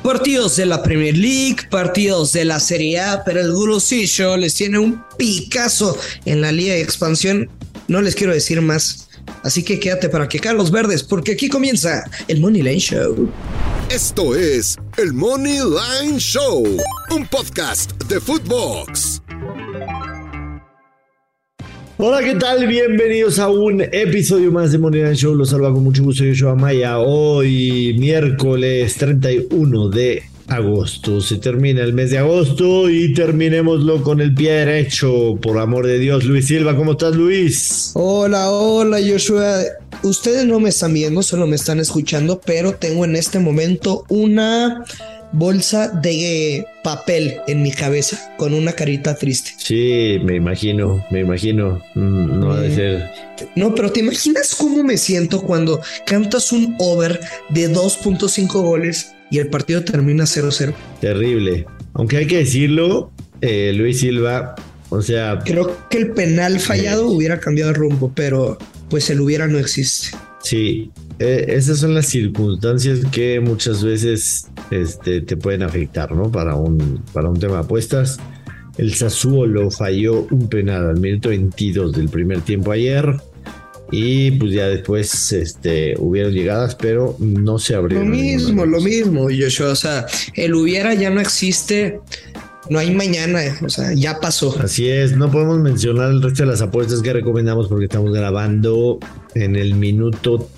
Partidos de la Premier League, partidos de la Serie A, pero el Gurusillo les tiene un picazo en la Liga de Expansión. No les quiero decir más, así que quédate para que Carlos Verdes, porque aquí comienza el Money Line Show. Esto es el Money Line Show, un podcast de Footbox. Hola, ¿qué tal? Bienvenidos a un episodio más de Money Line Show. Los saluda con mucho gusto Yoshua Maya. Hoy, miércoles 31 de agosto. Se termina el mes de agosto y terminémoslo con el pie derecho. Por amor de Dios, Luis Silva. ¿Cómo estás, Luis? Hola, Yoshua. Ustedes no me están viendo, solo me están escuchando, pero tengo en este momento una bolsa de papel en mi cabeza con una carita triste. Sí, me imagino. No ha de ser. No, pero ¿te imaginas cómo me siento cuando cantas un over de 2.5 goles y el partido termina 0-0? Terrible. Aunque hay que decirlo, Luis Silva, o sea... Creo que el penal fallado hubiera cambiado el rumbo, pero pues el hubiera no existe. Sí, esas son las circunstancias que muchas veces te pueden afectar, ¿no? Para un tema de apuestas. El Sassuolo falló un penal al minuto 22 del primer tiempo ayer y pues ya después hubieron llegadas, pero no se abrieron. Lo mismo, Joshua, o sea, el hubiera ya no existe. No hay mañana, o sea, ya pasó. Así es, no podemos mencionar el resto de las apuestas que recomendamos porque estamos grabando en el minuto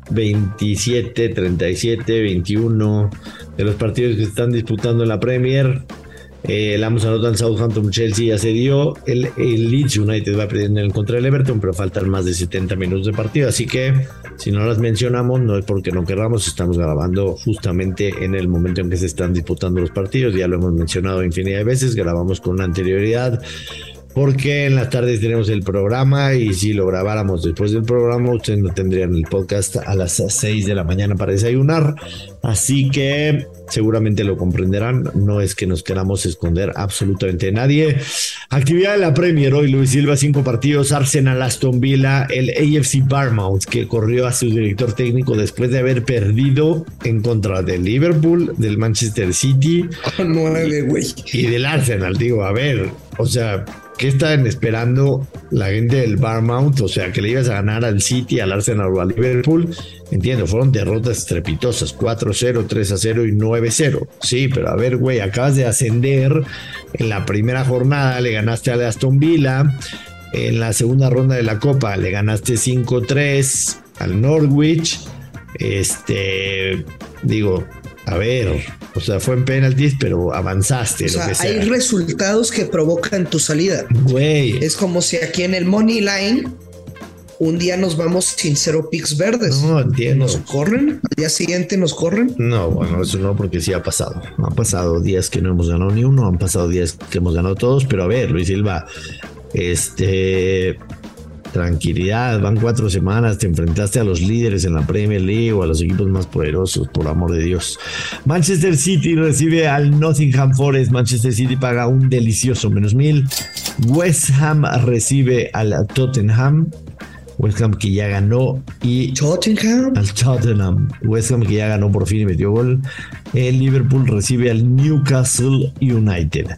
27, 37, 21 de los partidos que se están disputando en la Premier. El anotan Southampton, Chelsea ya se dio. El Leeds United va perdiendo en contra del Everton, pero faltan más de 70 minutos de partido. Así que si no las mencionamos, no es porque no queramos. Estamos grabando justamente en el momento en que se están disputando los partidos. Ya lo hemos mencionado infinidad de veces. Grabamos con una anterioridad porque en las tardes tenemos el programa y si lo grabáramos después del programa, ustedes no tendrían el podcast a las 6 de la mañana para desayunar. Así que seguramente lo comprenderán. No es que nos queramos esconder absolutamente de nadie. Actividad de la Premier hoy, Luis Silva, 5 partidos. Arsenal, Aston Villa, el AFC Bournemouth, que corrió a su director técnico después de haber perdido en contra del Liverpool, del Manchester City 9, güey. Y del Arsenal. Digo, a ver, o sea, ¿qué estaban esperando la gente del Bournemouth? O sea, que le ibas a ganar al City, al Arsenal o al Liverpool. Entiendo, fueron derrotas estrepitosas, 4-0, 3-0 y 9-0. Sí, pero a ver, güey, acabas de ascender. En la primera jornada le ganaste al Aston Villa. En la segunda ronda de la Copa le ganaste 5-3 al Norwich. Digo, a ver, o sea, fue en penaltis, pero avanzaste. O sea, hay resultados que provocan tu salida. Güey. Es como si aquí en el Money Line un día nos vamos sin 0 picks verdes. No, entiendo. ¿Nos corren? ¿Al día siguiente nos corren? No, bueno, eso no, porque sí ha pasado. Han pasado días que no hemos ganado ni uno, han pasado días que hemos ganado todos, pero a ver, Luis Silva, tranquilidad, van 4 semanas, te enfrentaste a los líderes en la Premier League o a los equipos más poderosos, por amor de Dios. Manchester City recibe al Nottingham Forest. Manchester City paga un delicioso -1000. West Ham recibe al Tottenham. West Ham que ya ganó y... Al Tottenham. West Ham que ya ganó por fin y metió gol. El Liverpool recibe al Newcastle United.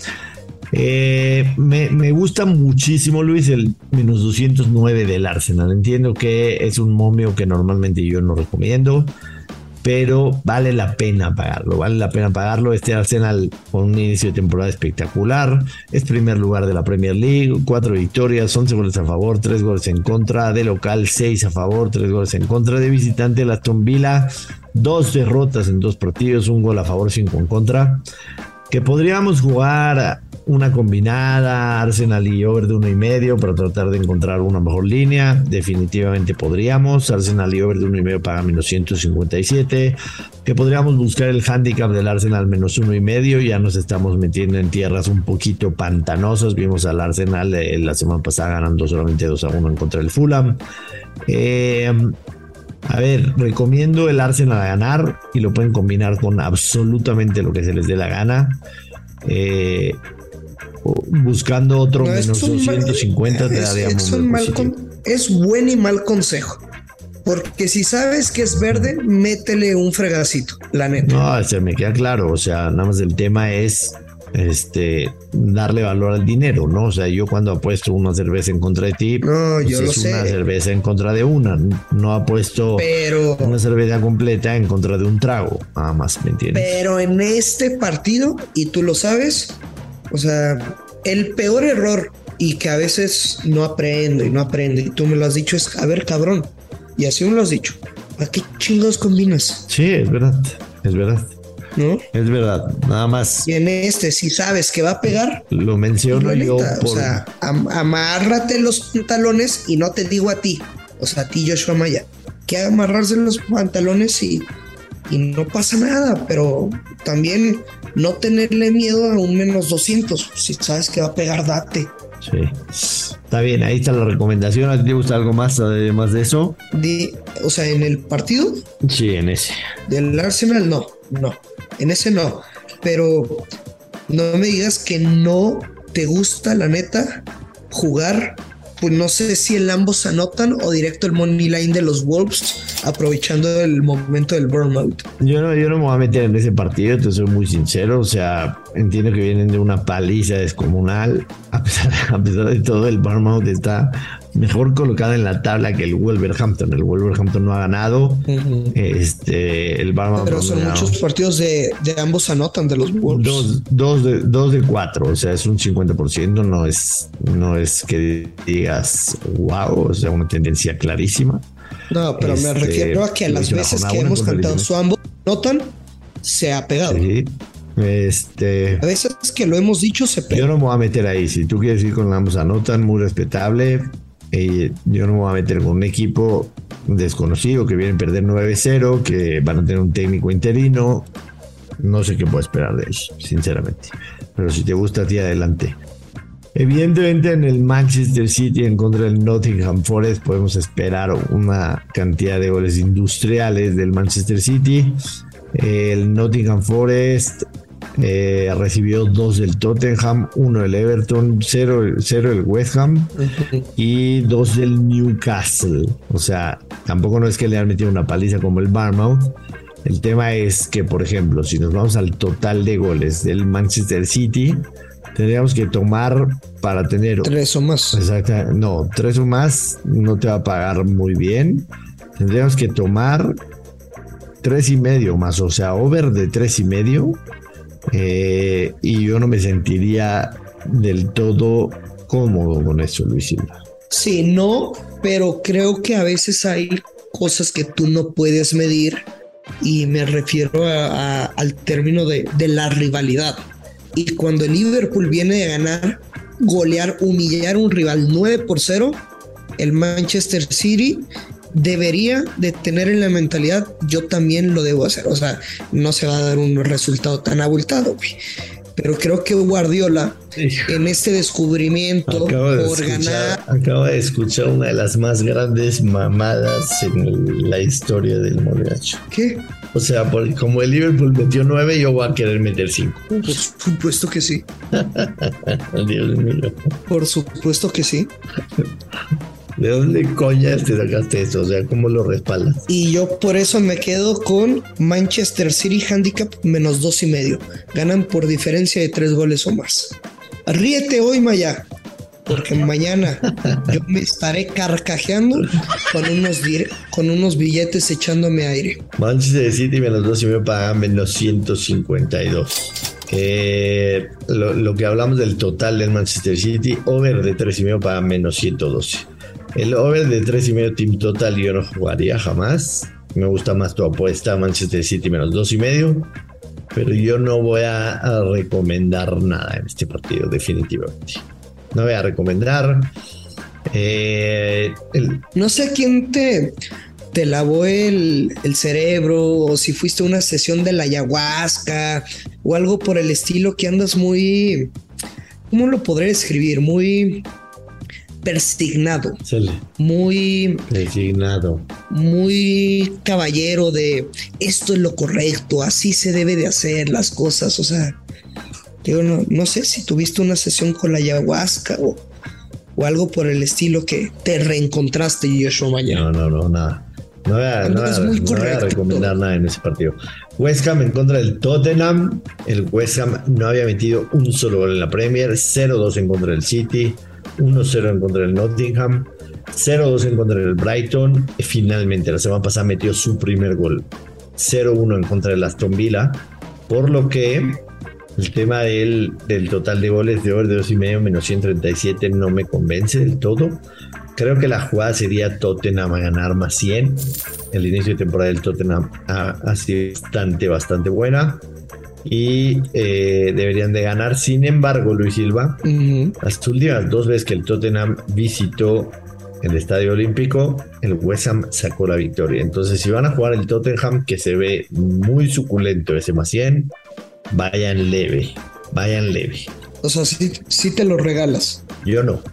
Me gusta muchísimo, Luis, el -209 del Arsenal. Entiendo que es un momio que normalmente yo no recomiendo, pero vale la pena pagarlo. Este Arsenal con un inicio de temporada espectacular, es primer lugar de la Premier League, 4 victorias, 11 goles a favor, 3 goles en contra, de local 6 a favor, 3 goles en contra, de visitante el Aston Villa, 2 derrotas en 2 partidos, 1 gol a favor, 5 en contra. Que podríamos jugar una combinada, Arsenal y over de 1.5 para tratar de encontrar una mejor línea. Definitivamente podríamos. Arsenal y over de 1.5 paga -157. Que podríamos buscar el handicap del Arsenal -1.5. Ya nos estamos metiendo en tierras un poquito pantanosas. Vimos al Arsenal la semana pasada ganando solamente 2-1 en contra del Fulham. A ver, recomiendo el Arsenal a ganar y lo pueden combinar con absolutamente lo que se les dé la gana. Buscando otro -250 te daríamos. Es buen y mal consejo. Porque si sabes que es verde, métele un fregacito, la neta. No, se me queda claro. O sea, nada más el tema es darle valor al dinero, ¿no? O sea, yo cuando apuesto una cerveza en contra de ti, No, pues yo lo es una sé. cerveza en contra de una. No apuesto Pero, una cerveza completa en contra de un trago. Nada más, ¿me entiendes? pero en este partido, y tú lo sabes, o sea, el peor error y que a veces no aprendo y tú me lo has dicho es, a ver, cabrón, y así me lo has dicho, ¿a qué chingados combinas? Sí, es verdad. Es verdad. ¿No? Es verdad. Nada más Y en este, si sabes que va a pegar, lo menciono la yo neta, por... o sea, amárrate los pantalones y no te digo a ti, o sea, a ti Joshua Maya, que amarrarse los pantalones y no pasa nada, pero también no tenerle miedo a un -200. Si sabes que va a pegar, date. Sí. Está bien, ahí está la recomendación. ¿A ti te gusta algo más además de eso? O sea, en el partido Sí, en ese. del Arsenal, no. En ese no. Pero no me digas que no te gusta, la neta, jugar. Pues no sé si el ambos anotan o directo el money line de los Wolves, aprovechando el momento del burnout. Yo no me voy a meter en ese partido, te soy muy sincero. O sea, entiendo que vienen de una paliza descomunal. A pesar de todo, el Bournemouth está mejor colocada en la tabla que el Wolverhampton. El Wolverhampton no ha ganado. El Bournemouth Pero son muchos partidos de ambos anotan de los Wolves. Dos de cuatro, o sea, es un 50%. No es que digas wow, o sea, una tendencia clarísima. No, pero me refiero a que a las veces que hemos cantado su ambos anotan, se ha pegado. Sí. A veces que lo hemos dicho, se pega. Yo no me voy a meter ahí. Si tú quieres ir con ambos anotan, muy respetable. Yo no me voy a meter con un equipo desconocido que viene a perder 9-0, que van a tener un técnico interino. No sé qué puedo esperar de ellos, sinceramente. Pero si te gusta a ti, adelante. Evidentemente en el Manchester City en contra del Nottingham Forest podemos esperar una cantidad de goles industriales del Manchester City. El Nottingham Forest recibió 2 del Tottenham, 1 del Everton, 0 del West Ham y 2 del Newcastle. O sea, tampoco no es que le han metido una paliza como el Bournemouth. El tema es que, por ejemplo, si nos vamos al total de goles del Manchester City, tendríamos que tomar para tener 3 o más. Exacto, no, 3 o más no te va a pagar muy bien. Tendríamos que tomar 3.5 más, o sea, over de 3.5. Y yo no me sentiría del todo cómodo con eso, Luis Silva. Sí, no, pero creo que a veces hay cosas que tú no puedes medir y me refiero al término de la rivalidad. Y cuando el Liverpool viene de ganar, golear, humillar a un rival 9-0, el Manchester City debería de tener en la mentalidad, yo también lo debo hacer. O sea, no se va a dar un resultado tan abultado, güey. Pero creo que Guardiola, en este descubrimiento ganar... Acabo de escuchar una de las más grandes mamadas en la historia del Moreacho. ¿Qué? O sea, como el Liverpool metió 9, yo voy a querer meter 5. Por supuesto que sí. Dios mío. Por supuesto que sí. ¿De dónde coñas te sacaste eso? O sea, ¿cómo lo respaldas? Y yo por eso me quedo con Manchester City Handicap -2.5. Ganan por diferencia de 3 goles o más. Ríete hoy, Maya, porque mañana yo me estaré carcajeando con unos billetes echándome aire. Manchester City -2.5 pagan -152. Lo que hablamos del total del Manchester City, over de 3.5 pagan -112. El over de 3.5 team total yo no jugaría jamás. Me gusta más tu apuesta, Manchester City -2.5. Pero yo no voy a recomendar nada en este partido, definitivamente. No voy a recomendar. No sé quién te lavó el cerebro, o si fuiste a una sesión de la ayahuasca o algo por el estilo, que andas muy... ¿Cómo lo podré describir? Muy... persignado, muy caballero de esto es lo correcto, así se debe de hacer las cosas. O sea, yo no sé si tuviste una sesión con la ayahuasca o algo por el estilo que te reencontraste, Joshua Maya. No, nada. No voy a recomendar nada en ese partido. West Ham en contra del Tottenham. El West Ham no había metido un solo gol en la Premier. 0-2 en contra del City. 1-0 en contra del Nottingham. 0-2 en contra del Brighton. Y finalmente la semana pasada metió su primer gol. 0-1 en contra del Aston Villa. Por lo que el tema del total de goles de over de 2.5 menos 137 no me convence del todo. Creo que la jugada sería Tottenham a ganar más 100. El inicio de temporada del Tottenham ha sido bastante buena. Y deberían de ganar. Sin embargo, Luis Silva, las últimas 2 veces que el Tottenham visitó el Estadio Olímpico, el West Ham sacó la victoria. Entonces, si van a jugar el Tottenham, que se ve muy suculento ese más 100, vayan leve. O sea, sí te lo regalas. Yo no.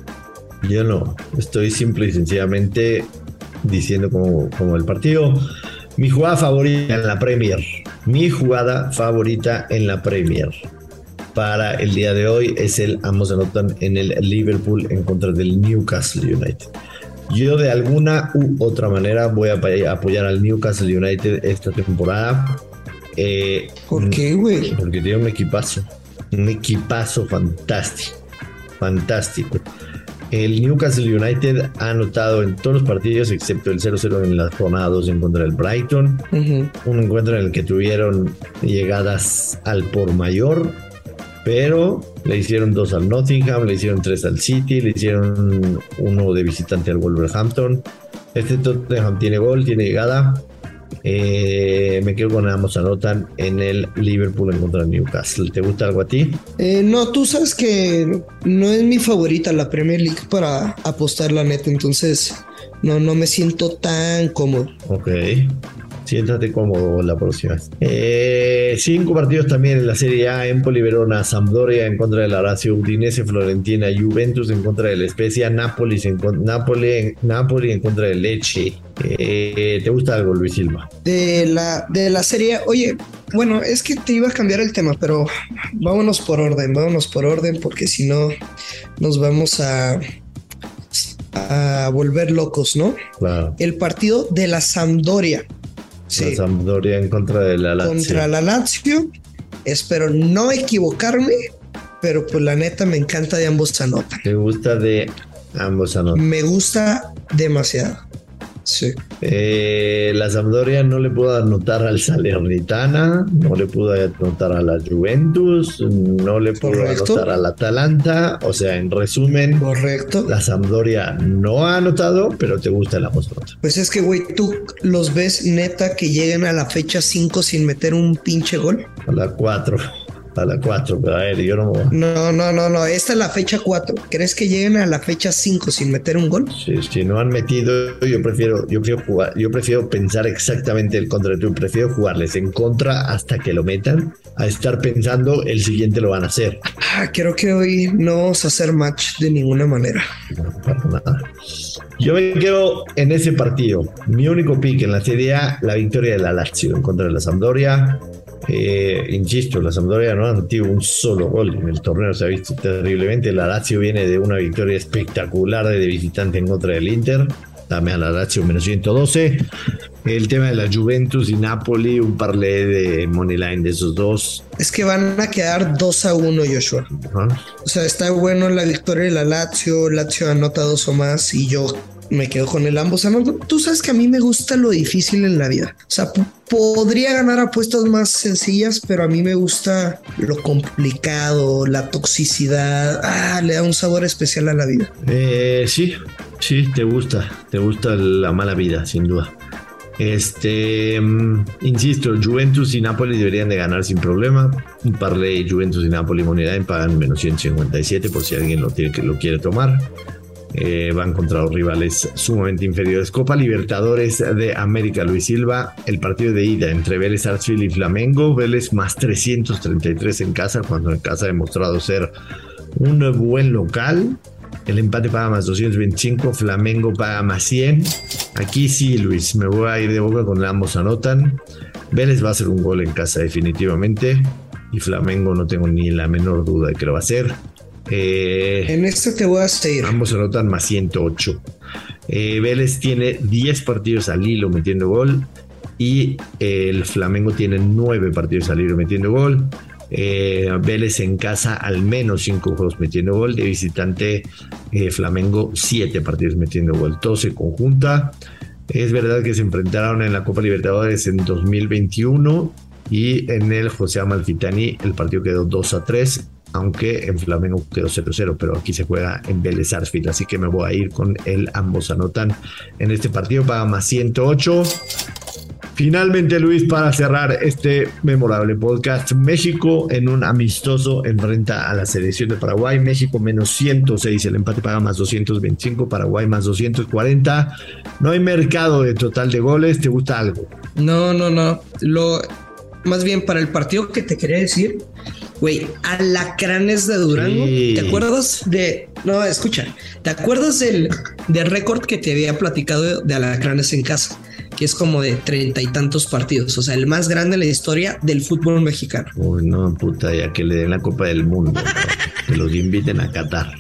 Estoy simple y sencillamente diciendo como el partido. Mi jugada favorita en la Premier para el día de hoy es ambos anotan en el Liverpool en contra del Newcastle United. Yo de alguna u otra manera voy a apoyar al Newcastle United esta temporada. ¿Por qué, güey? Porque tiene un equipazo fantástico. El Newcastle United ha anotado en todos los partidos excepto el 0-0 en la jornada 2 en contra del Brighton. Un encuentro en el que tuvieron llegadas al por mayor, pero le hicieron 2 al Nottingham, le hicieron 3 al City, le hicieron 1 de visitante al Wolverhampton. Este Tottenham tiene gol, tiene llegada. Me quedo con ambos anotan en el Liverpool en contra del Newcastle. ¿Te gusta algo a ti? No, tú sabes que no es mi favorita la Premier League para apostar, la neta. Entonces no me siento tan cómodo. Ok, siéntate cómodo la próxima. 5 partidos también en la Serie A: Empoli, Verona, Sampdoria en contra del Lazio, Udinese, Florentina, Juventus en contra del Spezia, Napoli en contra del Lecce. ¿Te gusta algo, Luis Silva? De la serie, oye, bueno, es que te iba a cambiar el tema, pero vámonos por orden, porque si no nos vamos a volver locos, ¿no? Claro. El partido de la Sampdoria. Sí. La Sampdoria en contra de la Lazio. Contra la Lazio. Espero no equivocarme, pero pues la neta me encanta de ambos anotan. ¿Te gusta de ambos anotan? Me gusta demasiado. Sí. La Sampdoria no le pudo anotar al Salernitana, no le pudo anotar a la Juventus, no le pudo anotar al Atalanta. O sea, en resumen, correcto. La Sampdoria no ha anotado, pero te gusta la postnota. Pues es que, güey, tú los ves neta que lleguen a la fecha 5 sin meter un pinche gol. A la 4, pero a ver, yo no. No, esta es la fecha 4. ¿Crees que lleguen a la fecha 5 sin meter un gol? Sí, si no han metido, yo prefiero jugar, yo prefiero pensar exactamente el contra. Yo prefiero jugarles en contra hasta que lo metan, a estar pensando el siguiente lo van a hacer. Creo que hoy no vamos a hacer match de ninguna manera. No, para nada. Yo me quedo en ese partido. Mi único pick en la Serie A, la victoria de la Lazio en contra de la Sampdoria. Insisto, la Sampdoria no ha metido un solo gol en el torneo, se ha visto terriblemente. La Lazio viene de una victoria espectacular de visitante en contra del Inter. Dame a la Lazio menos 112. El tema de la Juventus y Napoli, un parlay de Moneyline de esos dos. Es que van a quedar 2-1, Joshua. O sea, está bueno la victoria de la Lazio. Lazio anota 2 o más y yo me quedo con el ambos anotan. Tú sabes que a mí me gusta lo difícil en la vida. O sea, podría ganar apuestas más sencillas, pero a mí me gusta lo complicado, la toxicidad. Le da un sabor especial a la vida. Sí, te gusta la mala vida, sin duda. Insisto, Juventus y Napoli deberían de ganar sin problema. Un parlay Juventus y Napoli Moneyline pagan menos 157 por si alguien lo quiere tomar. Van contra los rivales sumamente inferiores. Copa Libertadores de América, Luis Silva. El partido de ida entre Vélez Sarsfield y Flamengo. Vélez más 333 en casa, cuando en casa ha demostrado ser un buen local. El empate paga más 225, Flamengo paga más 100. Aquí sí, Luis, me voy a ir de boca con ambos anotan. Vélez va a hacer un gol en casa definitivamente, y Flamengo no tengo ni la menor duda de que lo va a hacer. En este te voy a seguir. Ambos anotan más 108. Vélez tiene 10 partidos al hilo metiendo gol y el Flamengo tiene 9 partidos al hilo metiendo gol. Vélez en casa al menos 5 juegos metiendo gol, de visitante Flamengo 7 partidos metiendo gol, todo se conjunta. Es verdad que se enfrentaron en la Copa Libertadores en 2021 y en el José Amalfitani el partido quedó 2-3, aunque en Flamengo quedó 0-0, pero aquí se juega en Vélez Sarsfield, así que me voy a ir con el ambos anotan en este partido, paga más 108. Finalmente, Luis, para cerrar este memorable podcast, México en un amistoso enfrenta a la selección de Paraguay. México menos 106, el empate paga más 225, Paraguay más 240. No hay mercado de total de goles, ¿te gusta algo? No. Más bien para el partido que te quería decir, güey, Alacranes de Durango. Sí. ¿Te acuerdas de...? No, escucha, ¿te acuerdas del récord que te había platicado de Alacranes en casa? Que es como de 30 y tantos partidos, o sea, el más grande en la historia del fútbol mexicano. Uy, no, puta, ya que le den la Copa del Mundo, ¿no? Que los inviten a Qatar.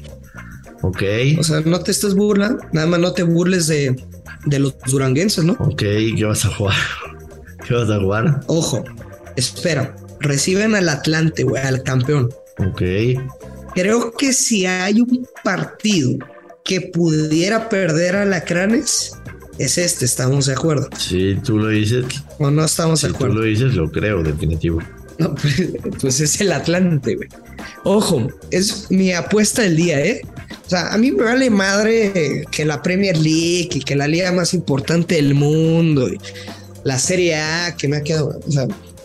Ok. O sea, no te estés burlando, nada más no te burles de los duranguenses, ¿no? Ok, ¿qué vas a jugar? ¿Qué vas a jugar? Ojo, espera, reciben al Atlante, güey, al campeón. Ok. Creo que si hay un partido que pudiera perder a Alacranes, es este, ¿estamos de acuerdo? Sí, tú lo dices. ¿O no estamos de acuerdo? Si tú lo dices, lo creo, definitivo. No, pues es el Atlante, güey. Ojo, es mi apuesta del día, ¿eh? O sea, a mí me vale madre que la Premier League y que la liga más importante del mundo y la Serie A que me ha quedado, o sea,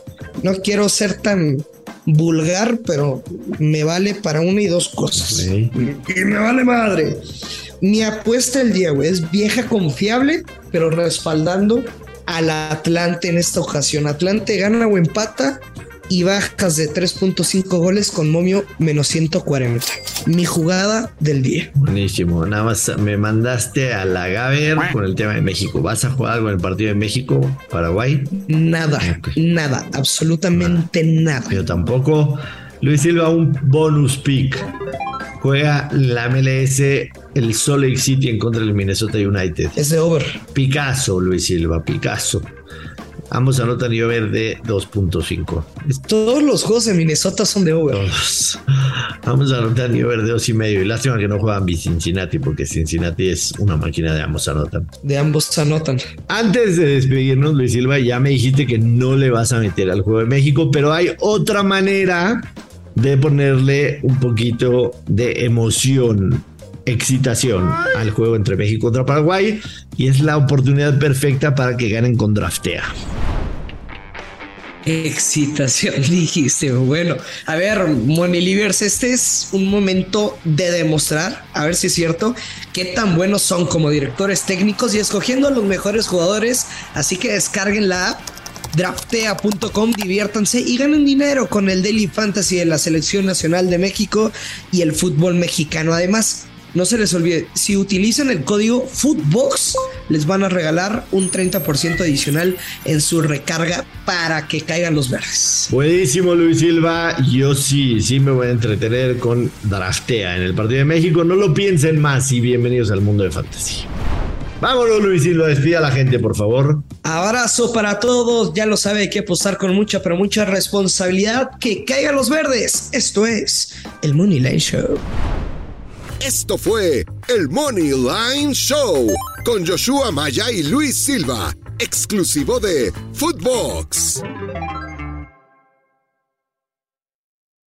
no quiero ser tan vulgar, pero me vale para una y dos cosas. Okay. Y me vale madre. Mi apuesta del día, güey, es vieja confiable, pero respaldando al Atlante en esta ocasión. Atlante gana o empata y bajas de 3.5 goles con momio menos 140. Mi jugada del día. Buenísimo. Nada más me mandaste a la Gaber con el tema de México. ¿Vas a jugar algo en el partido de México-Paraguay? Nada, nada, absolutamente nada. Yo tampoco. Luis Silva, un bonus pick. Juega la MLS el Salt Lake City en contra del Minnesota United. Es de over. Picasso, Luis Silva, Picasso. Ambos anotan y over de 2.5. Todos los juegos de Minnesota son de over. Todos. Ambos anotan y over de 2.5. Y lástima que no juegan Cincinnati, porque Cincinnati es una máquina de ambos anotan. De ambos anotan. Antes de despedirnos, Luis Silva, ya me dijiste que no le vas a meter al juego de México, pero hay otra manera de ponerle un poquito de emoción, excitación al juego entre México contra Paraguay, y es la oportunidad perfecta para que ganen con Draftea. Excitación, dijiste. Bueno, a ver, Monilivers, este es un momento de demostrar, a ver si es cierto, qué tan buenos son como directores técnicos y escogiendo a los mejores jugadores. Así que descarguen la app draftea.com, diviértanse y ganen dinero con el Daily Fantasy de la Selección Nacional de México y el fútbol mexicano. Además, no se les olvide, si utilizan el código FOOTBOX, les van a regalar un 30% adicional en su recarga para que caigan los verdes. Buenísimo, Luis Silva. Yo sí me voy a entretener con Draftea en el partido de México. No lo piensen más y bienvenidos al mundo de Fantasy. Vámonos, Luis Silva, despida a la gente, por favor. Abrazo para todos. Ya lo sabe, hay que apostar con mucha, pero mucha responsabilidad. Que caigan los verdes. Esto es el Money Line Show. Esto fue el Money Line Show con Joshua Maya y Luis Silva, exclusivo de Footbox.